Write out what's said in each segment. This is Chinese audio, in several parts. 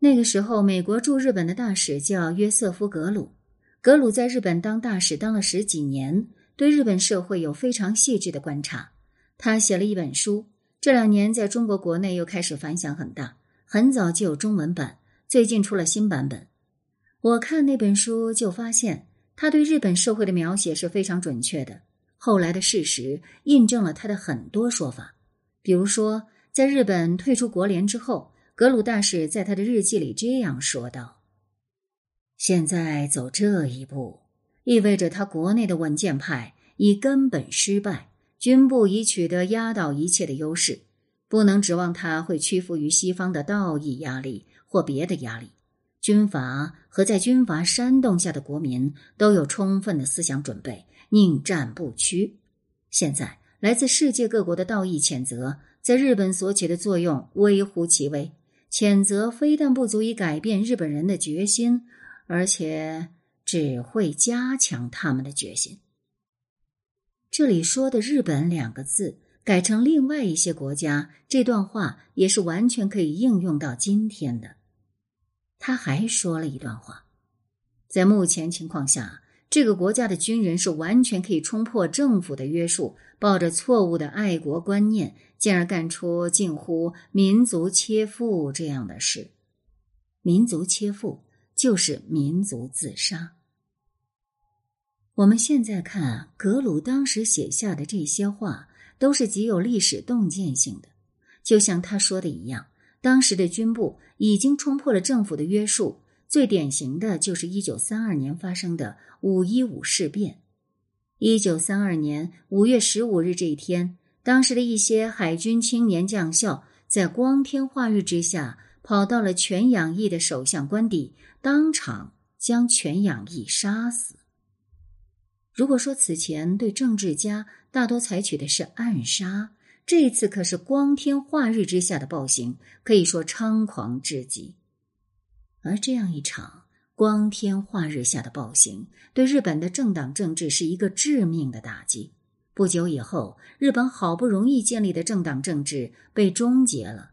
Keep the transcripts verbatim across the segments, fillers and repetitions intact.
那个时候，美国驻日本的大使叫约瑟夫·格鲁。格鲁在日本当大使当了十几年，对日本社会有非常细致的观察。他写了一本书，这两年在中国国内又开始反响很大，很早就有中文版，最近出了新版本。我看那本书就发现，他对日本社会的描写是非常准确的。后来的事实印证了他的很多说法。比如说，在日本退出国联之后，格鲁大使在他的日记里这样说道：现在走这一步，意味着他国内的稳健派已根本失败，军部已取得压倒一切的优势，不能指望他会屈服于西方的道义压力或别的压力。军阀和在军阀煽动下的国民都有充分的思想准备，宁战不屈。现在来自世界各国的道义谴责在日本所起的作用微乎其微，谴责非但不足以改变日本人的决心，而且只会加强他们的决心。这里说的日本两个字改成另外一些国家，这段话也是完全可以应用到今天的。他还说了一段话，在目前情况下，这个国家的军人是完全可以冲破政府的约束，抱着错误的爱国观念，进而干出近乎民族切腹这样的事。民族切腹就是民族自杀。我们现在看格鲁当时写下的这些话，都是极有历史洞见性的。就像他说的一样，当时的军部已经冲破了政府的约束，最典型的就是一九三二年发生的五一五事变。一九三二年五月十五日这一天，当时的一些海军青年将校在光天化日之下跑到了全养义的首相官邸，当场将全养义杀死。如果说此前对政治家大多采取的是暗杀，这一次可是光天化日之下的暴行，可以说猖狂至极。而这样一场光天化日下的暴行，对日本的政党政治是一个致命的打击。不久以后，日本好不容易建立的政党政治被终结了。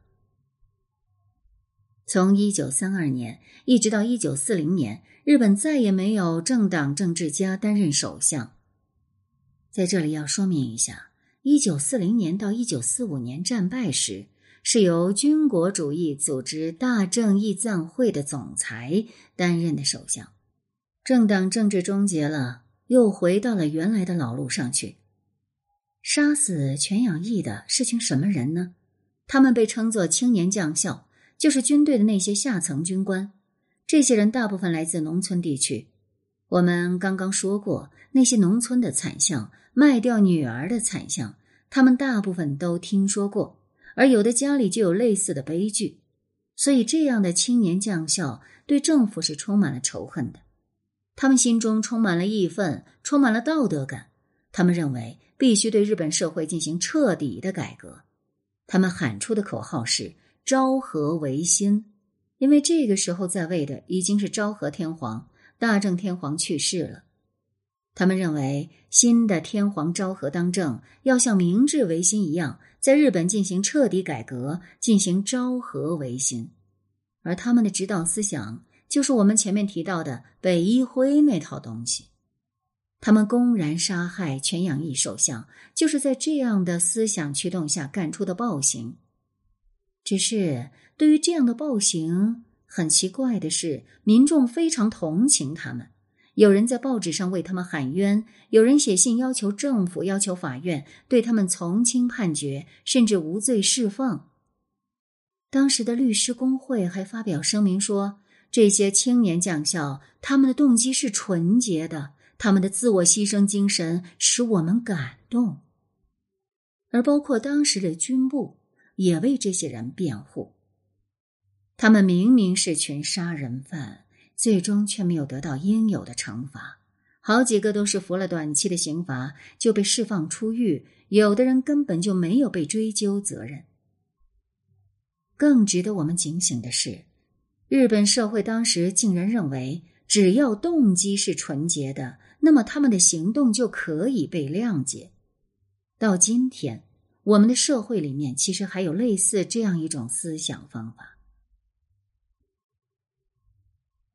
从一九三二年一直到一九四零年，日本再也没有政党政治家担任首相。在这里要说明一下，一九四零年到一九四五年战败时，是由军国主义组织大正义赞会的总裁担任的首相。政党政治终结了，又回到了原来的老路上去。杀死全养义的是群什么人呢？他们被称作青年将校，就是军队的那些下层军官。这些人大部分来自农村地区。我们刚刚说过，那些农村的惨象，卖掉女儿的惨象，他们大部分都听说过，而有的家里就有类似的悲剧。所以这样的青年将校对政府是充满了仇恨的。他们心中充满了义愤，充满了道德感。他们认为必须对日本社会进行彻底的改革。他们喊出的口号是昭和维新，因为这个时候在位的已经是昭和天皇，大正天皇去世了。他们认为新的天皇昭和当政，要像明治维新一样，在日本进行彻底改革，进行昭和维新。而他们的指导思想就是我们前面提到的北一辉那套东西。他们公然杀害全养义首相，就是在这样的思想驱动下干出的暴行。只是对于这样的暴行，很奇怪的是，民众非常同情他们。有人在报纸上为他们喊冤，有人写信要求政府，要求法院对他们从轻判决，甚至无罪释放。当时的律师工会还发表声明说，这些青年将校，他们的动机是纯洁的，他们的自我牺牲精神使我们感动。而包括当时的军部也为这些人辩护。他们明明是群杀人犯，最终却没有得到应有的惩罚，好几个都是服了短期的刑罚就被释放出狱，有的人根本就没有被追究责任。更值得我们警醒的是，日本社会当时竟然认为，只要动机是纯洁的，那么他们的行动就可以被谅解。到今天，我们的社会里面其实还有类似这样一种思想方法。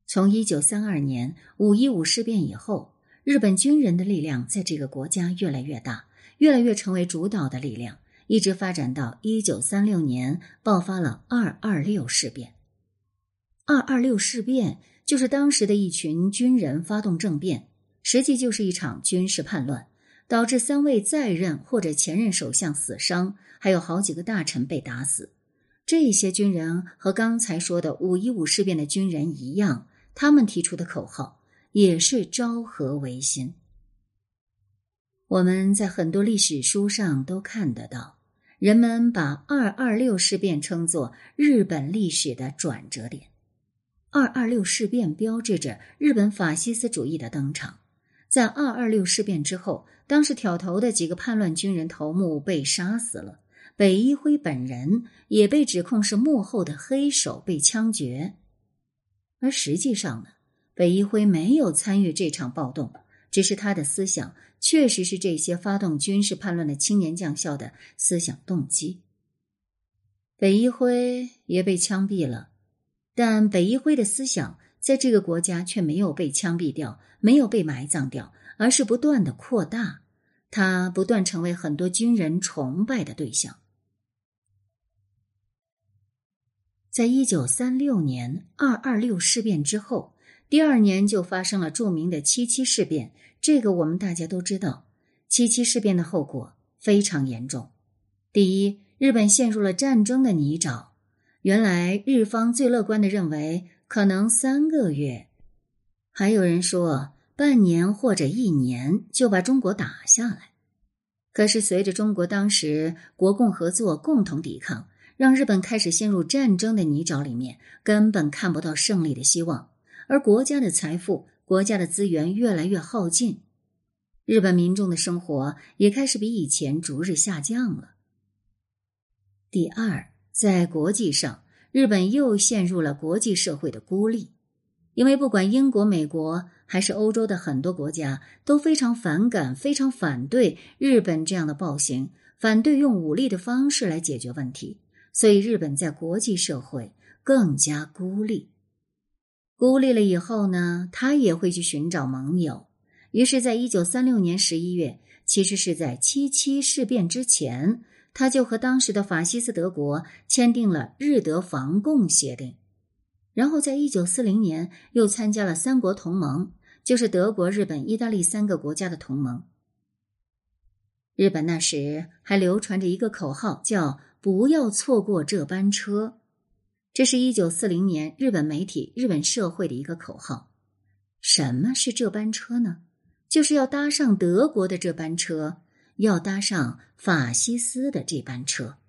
从一九三二年五一五事变以后，日本军人的力量在这个国家越来越大，越来越成为主导的力量，一直发展到一九三六年爆发了二二六事变。二二六事变就是当时的一群军人发动政变，实际就是一场军事叛乱，导致三位在任或者前任首相死伤，还有好几个大臣被打死。这些军人和刚才说的五一五事变的军人一样，他们提出的口号也是昭和维新。我们在很多历史书上都看得到，人们把二二六事变称作日本历史的转折点。二二六事变标志着日本法西斯主义的登场。在二二六事变之后，当时挑头的几个叛乱军人头目被杀死了，北一辉本人也被指控是幕后的黑手，被枪决。而实际上呢，北一辉没有参与这场暴动，只是他的思想确实是这些发动军事叛乱的青年将校的思想动机。北一辉也被枪毙了，但北一辉的思想在这个国家却没有被枪毙掉，没有被埋葬掉，而是不断的扩大，他不断成为很多军人崇拜的对象。在一九三六年二二六事变之后，第二年就发生了著名的七七事变，这个我们大家都知道。七七事变的后果非常严重。第一，日本陷入了战争的泥沼。原来日方最乐观地认为可能三个月，还有人说半年或者一年就把中国打下来。可是随着中国当时国共合作共同抵抗，让日本开始陷入战争的泥沼里面，根本看不到胜利的希望，而国家的财富、国家的资源越来越耗尽，日本民众的生活也开始比以前逐日下降了。第二，在国际上，日本又陷入了国际社会的孤立，因为不管英国、美国还是欧洲的很多国家都非常反感、非常反对日本这样的暴行，反对用武力的方式来解决问题，所以日本在国际社会更加孤立。孤立了以后呢，他也会去寻找盟友。于是在一九三六年十一月，其实是在七七事变之前，他就和当时的法西斯德国签订了日德防共协定。然后在一九四零年又参加了三国同盟，就是德国、日本、意大利三个国家的同盟。日本那时还流传着一个口号，叫不要错过这班车。这是一九四零年日本媒体、日本社会的一个口号。什么是这班车呢？就是要搭上德国的这班车，要搭上法西斯的这班车。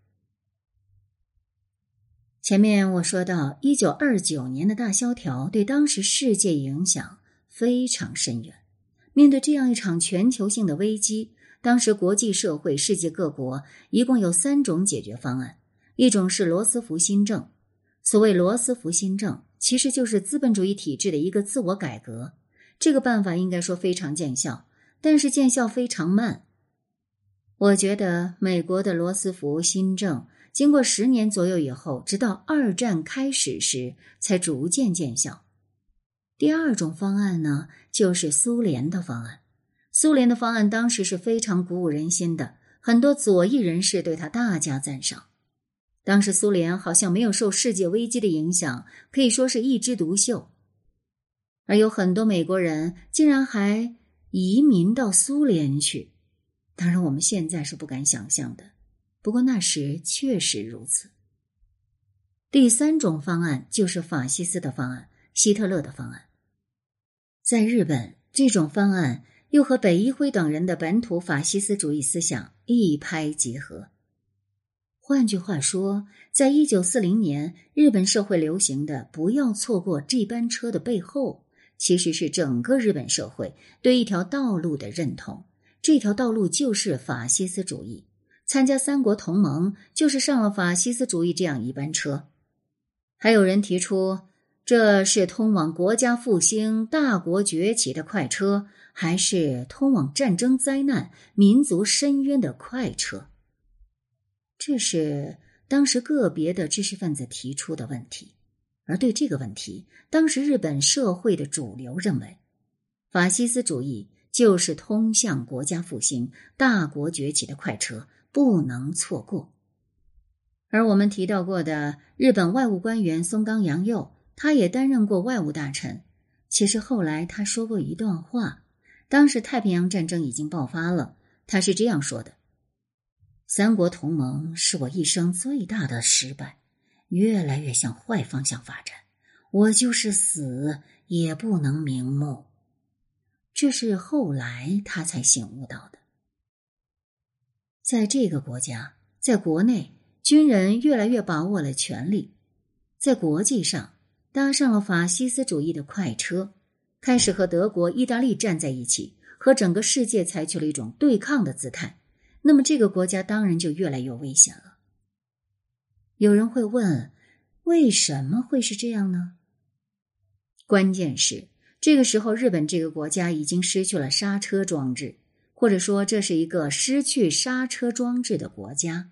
前面我说到一九二九年的大萧条对当时世界影响非常深远。面对这样一场全球性的危机，当时国际社会、世界各国一共有三种解决方案。一种是罗斯福新政。所谓罗斯福新政，其实就是资本主义体制的一个自我改革。这个办法应该说非常见效，但是见效非常慢。我觉得美国的罗斯福新政经过十年左右以后，直到二战开始时才逐渐见效。第二种方案呢，就是苏联的方案。苏联的方案当时是非常鼓舞人心的，很多左翼人士对他大加赞赏。当时苏联好像没有受世界危机的影响，可以说是一枝独秀。而有很多美国人竟然还移民到苏联去，当然我们现在是不敢想象的，不过那时确实如此。第三种方案就是法西斯的方案，希特勒的方案。在日本，这种方案又和北一辉等人的本土法西斯主义思想一拍即合。换句话说，在一九四零年日本社会流行的不要错过这班车的背后，其实是整个日本社会对一条道路的认同，这条道路就是法西斯主义。参加三国同盟就是上了法西斯主义这样一班车。还有人提出，这是通往国家复兴、大国崛起的快车，还是通往战争灾难、民族深渊的快车？这是当时个别的知识分子提出的问题， 而对这个问题，当时日本社会的主流认为，法西斯主义就是通向国家复兴、大国崛起的快车，不能错过。而我们提到过的日本外务官员松冈洋右，他也担任过外务大臣。其实后来他说过一段话，当时太平洋战争已经爆发了，他是这样说的：三国同盟是我一生最大的失败，越来越向坏方向发展，我就是死也不能瞑目。这是后来他才醒悟到的。在这个国家，在国内，军人越来越把握了权力，在国际上搭上了法西斯主义的快车，开始和德国、意大利站在一起，和整个世界采取了一种对抗的姿态，那么这个国家当然就越来越危险了。有人会问，为什么会是这样呢？关键是这个时候日本这个国家已经失去了刹车装置，或者说这是一个失去刹车装置的国家。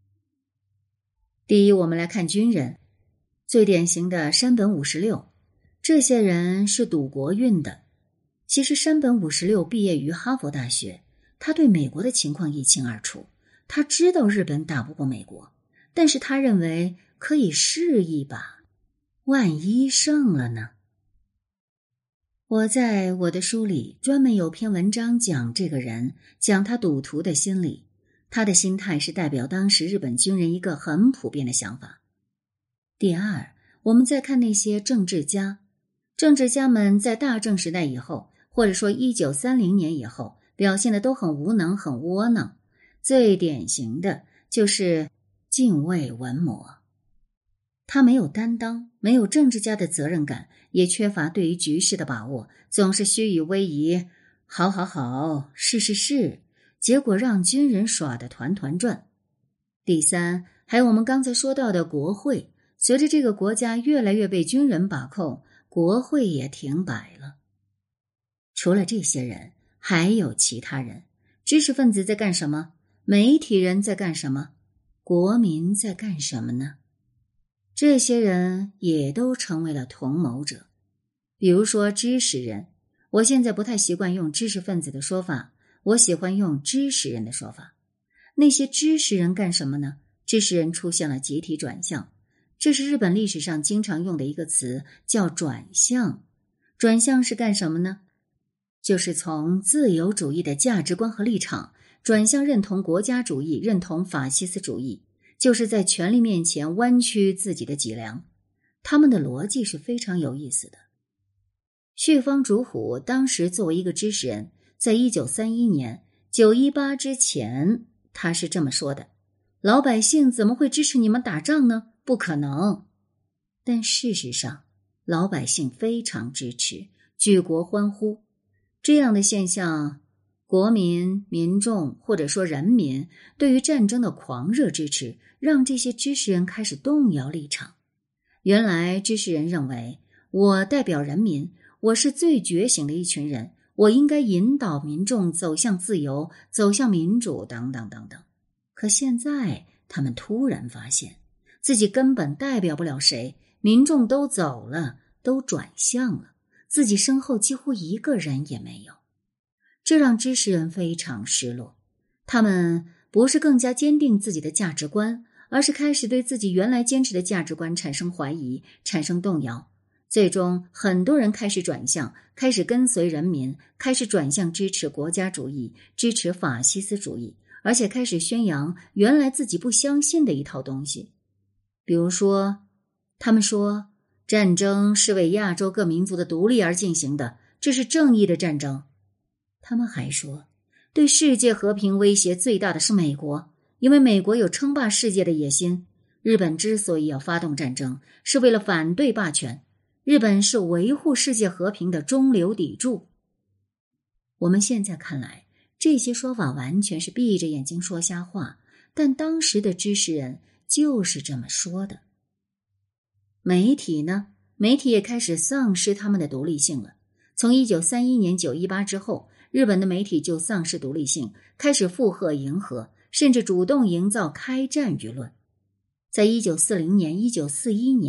第一，我们来看军人，最典型的山本五十六，这些人是赌国运的。其实山本五十六毕业于哈佛大学，他对美国的情况一清二楚，他知道日本打不过美国，但是他认为可以试一把，万一胜了呢？我在我的书里专门有篇文章讲这个人，讲他赌徒的心理。他的心态是代表当时日本军人一个很普遍的想法。第二，我们再看那些政治家，政治家们在大正时代以后，或者说一九三零年以后，表现的都很无能、很窝囊。最典型的就是近卫文麿，他没有担当，没有政治家的责任感，也缺乏对于局势的把握，总是虚与委蛇，好好好，是是是，结果让军人耍得团团转。第三，还有我们刚才说到的国会，随着这个国家越来越被军人把控，国会也停摆了。除了这些人，还有其他人。知识分子在干什么？媒体人在干什么？国民在干什么呢？这些人也都成为了同谋者。比如说知识人，我现在不太习惯用知识分子的说法，我喜欢用知识人的说法。那些知识人干什么呢？知识人出现了集体转向，这是日本历史上经常用的一个词，叫转向。转向是干什么呢？就是从自由主义的价值观和立场转向认同国家主义，认同法西斯主义，就是在权力面前弯曲自己的脊梁。他们的逻辑是非常有意思的。旭方竹虎当时作为一个知识人，在一九三一年九一八之前，他是这么说的：老百姓怎么会支持你们打仗呢？不可能。但事实上，老百姓非常支持，举国欢呼。这样的现象，国民、民众或者说人民对于战争的狂热支持，让这些知识人开始动摇立场。原来知识人认为，我代表人民，我是最觉醒的一群人，我应该引导民众走向自由，走向民主等等等等。可现在他们突然发现自己根本代表不了谁，民众都走了，都转向了，自己身后几乎一个人也没有。这让知识人非常失落，他们不是更加坚定自己的价值观，而是开始对自己原来坚持的价值观产生怀疑，产生动摇。最终很多人开始转向，开始跟随人民，开始转向支持国家主义，支持法西斯主义，而且开始宣扬原来自己不相信的一套东西。比如说，他们说战争是为亚洲各民族的独立而进行的，这是正义的战争。他们还说，对世界和平威胁最大的是美国，因为美国有称霸世界的野心。日本之所以要发动战争，是为了反对霸权。日本是维护世界和平的中流砥柱。我们现在看来，这些说法完全是闭着眼睛说瞎话，但当时的知识人就是这么说的。媒体呢？媒体也开始丧失他们的独立性了。从一九三一年九一八之后，日本的媒体就丧失独立性，开始附和迎合，甚至主动营造开战舆论。在一九四零年、一九四一年，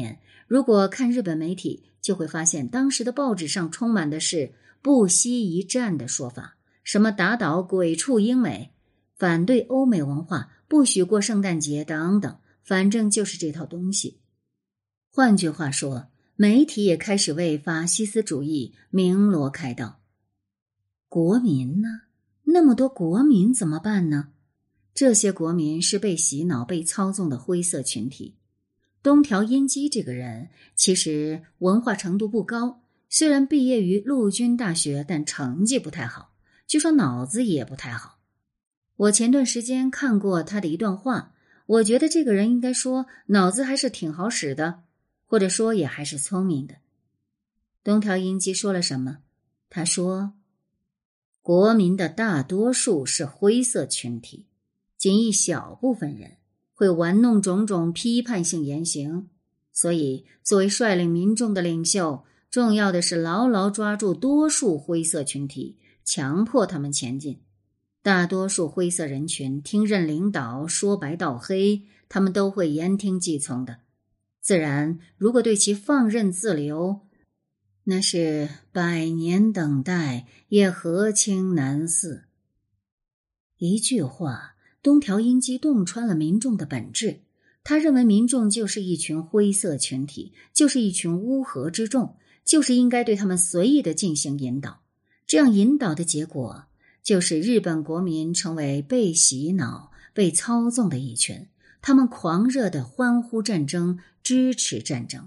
如果看日本媒体，就会发现当时的报纸上充满的是不惜一战的说法，什么打倒鬼畜英美，反对欧美文化，不许过圣诞节等等，反正就是这套东西。换句话说，媒体也开始为法西斯主义鸣锣开道。国民呢？那么多国民怎么办呢？这些国民是被洗脑、被操纵的灰色群体。东条英机这个人其实文化程度不高，虽然毕业于陆军大学，但成绩不太好，据说脑子也不太好。我前段时间看过他的一段话，我觉得这个人应该说脑子还是挺好使的，或者说也还是聪明的。东条英机说了什么？他说，国民的大多数是灰色群体，仅一小部分人会玩弄种种批判性言行，所以作为率领民众的领袖，重要的是牢牢抓住多数灰色群体，强迫他们前进。大多数灰色人群听任领导说白道黑，他们都会言听计从的。自然，如果对其放任自流，那是百年等待也何清难似。一句话，东条英机洞穿了民众的本质。他认为民众就是一群灰色群体，就是一群乌合之众，就是应该对他们随意地进行引导。这样引导的结果，就是日本国民成为被洗脑、被操纵的一群，他们狂热地欢呼战争，支持战争。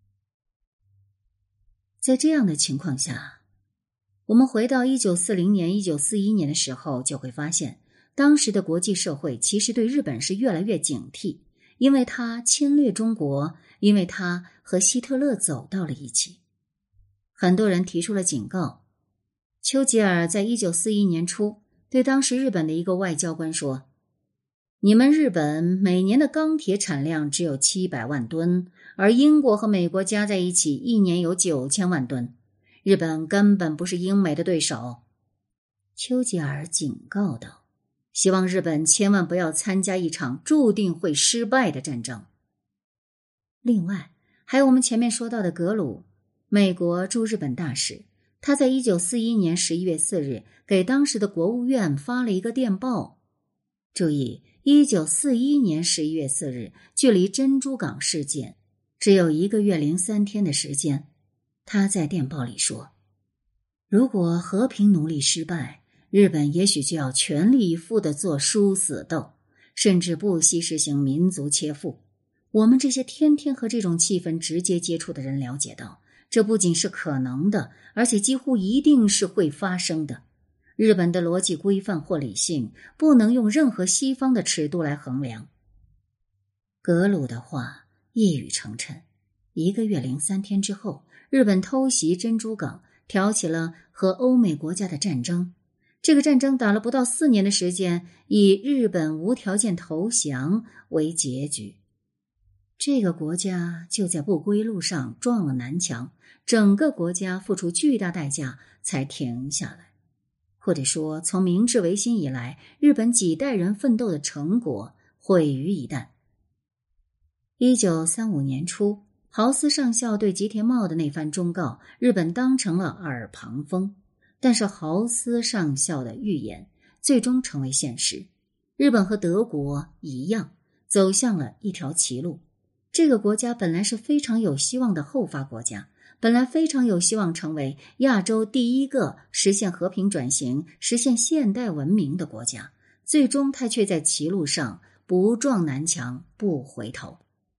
在这样的情况下，我们回到一九四零年、一九四一年的时候，就会发现当时的国际社会其实对日本是越来越警惕，因为他侵略中国，因为他和希特勒走到了一起。很多人提出了警告。丘吉尔在一九四一年初对当时日本的一个外交官说，你们日本每年的钢铁产量只有七百万吨，而英国和美国加在一起一年有九千万吨，日本根本不是英美的对手。丘吉尔警告道，希望日本千万不要参加一场注定会失败的战争。另外，还有我们前面说到的格鲁，美国驻日本大使，他在一九四一年十一月四日给当时的国务院发了一个电报。注意，一九四一年十一月四日，距离珍珠港事件只有一个月零三天的时间。他在电报里说，如果和平努力失败，日本也许就要全力以赴地做殊死斗，甚至不惜实行民族切腹。我们这些天天和这种气氛直接接触的人了解到，这不仅是可能的，而且几乎一定是会发生的。日本的逻辑规范或理性不能用任何西方的尺度来衡量。格鲁的话一语成谶，一个月零三天之后，日本偷袭珍珠港，挑起了和欧美国家的战争。这个战争打了不到四年的时间，以日本无条件投降为结局。这个国家就在不归路上撞了南墙，整个国家付出巨大代价才停下来。或者说，从明治维新以来，日本几代人奋斗的成果毁于一旦。一九三五年初，豪斯上校对吉田茂的那番忠告，日本当成了耳旁风。但是豪斯上校的预言最终成为现实，日本和德国一样，走向了一条歧路。这个国家本来是非常有希望的后发国家，本来非常有希望成为亚洲第一个实现和平转型、实现现代文明的国家，最终它却在歧路上不撞南墙不回头。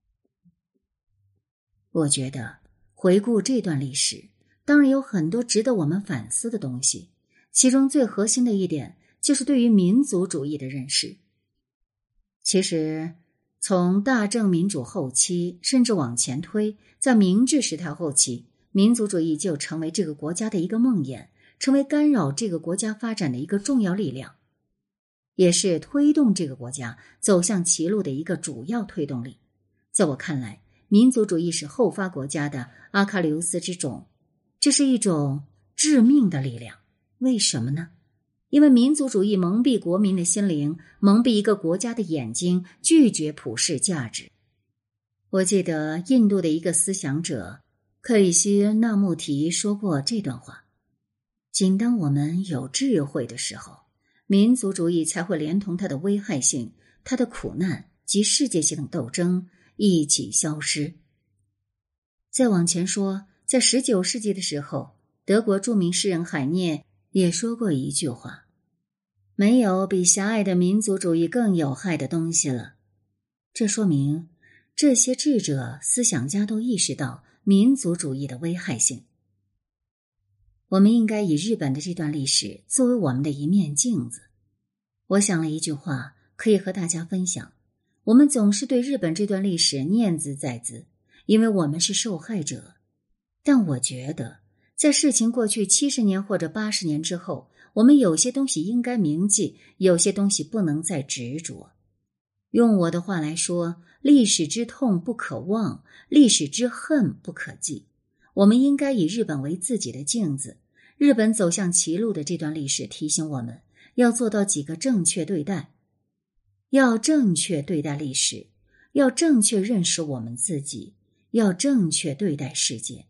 我觉得回顾这段历史，当然有很多值得我们反思的东西，其中最核心的一点就是对于民族主义的认识。其实从大正民主后期甚至往前推，在明治时代后期，民族主义就成为这个国家的一个梦魇，成为干扰这个国家发展的一个重要力量，也是推动这个国家走向歧路的一个主要推动力。在我看来，民族主义是后发国家的阿喀琉斯之种，这是一种致命的力量。为什么呢？因为民族主义蒙蔽国民的心灵，蒙蔽一个国家的眼睛，拒绝普世价值。 我记得印度的一个思想者克里希那穆提说过这段话：仅当我们有智慧的时候，民族主义才会连同它的危害性、它的苦难及世界性的斗争一起消失。再往前说，在十九世纪的时候，德国著名诗人海涅也说过一句话：没有比狭隘的民族主义更有害的东西了。这说明这些智者、思想家都意识到民族主义的危害性。我们应该以日本的这段历史作为我们的一面镜子。我想了一句话，可以和大家分享。我们总是对日本这段历史念兹在兹，因为我们是受害者。但我觉得，在事情过去七十年或者八十年之后，我们有些东西应该铭记，有些东西不能再执着。用我的话来说，历史之痛不可忘，历史之恨不可记。我们应该以日本为自己的镜子。日本走向歧路的这段历史提醒我们要做到几个正确对待：要正确对待历史，要正确认识我们自己，要正确对待世界。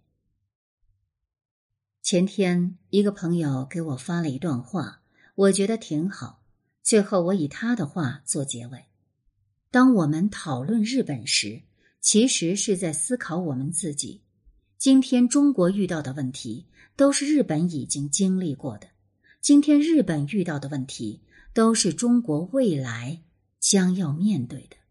前天一个朋友给我发了一段话，我觉得挺好，最后我以他的话做结尾。当我们讨论日本时，其实是在思考我们自己。今天中国遇到的问题都是日本已经经历过的，今天日本遇到的问题都是中国未来将要面对的。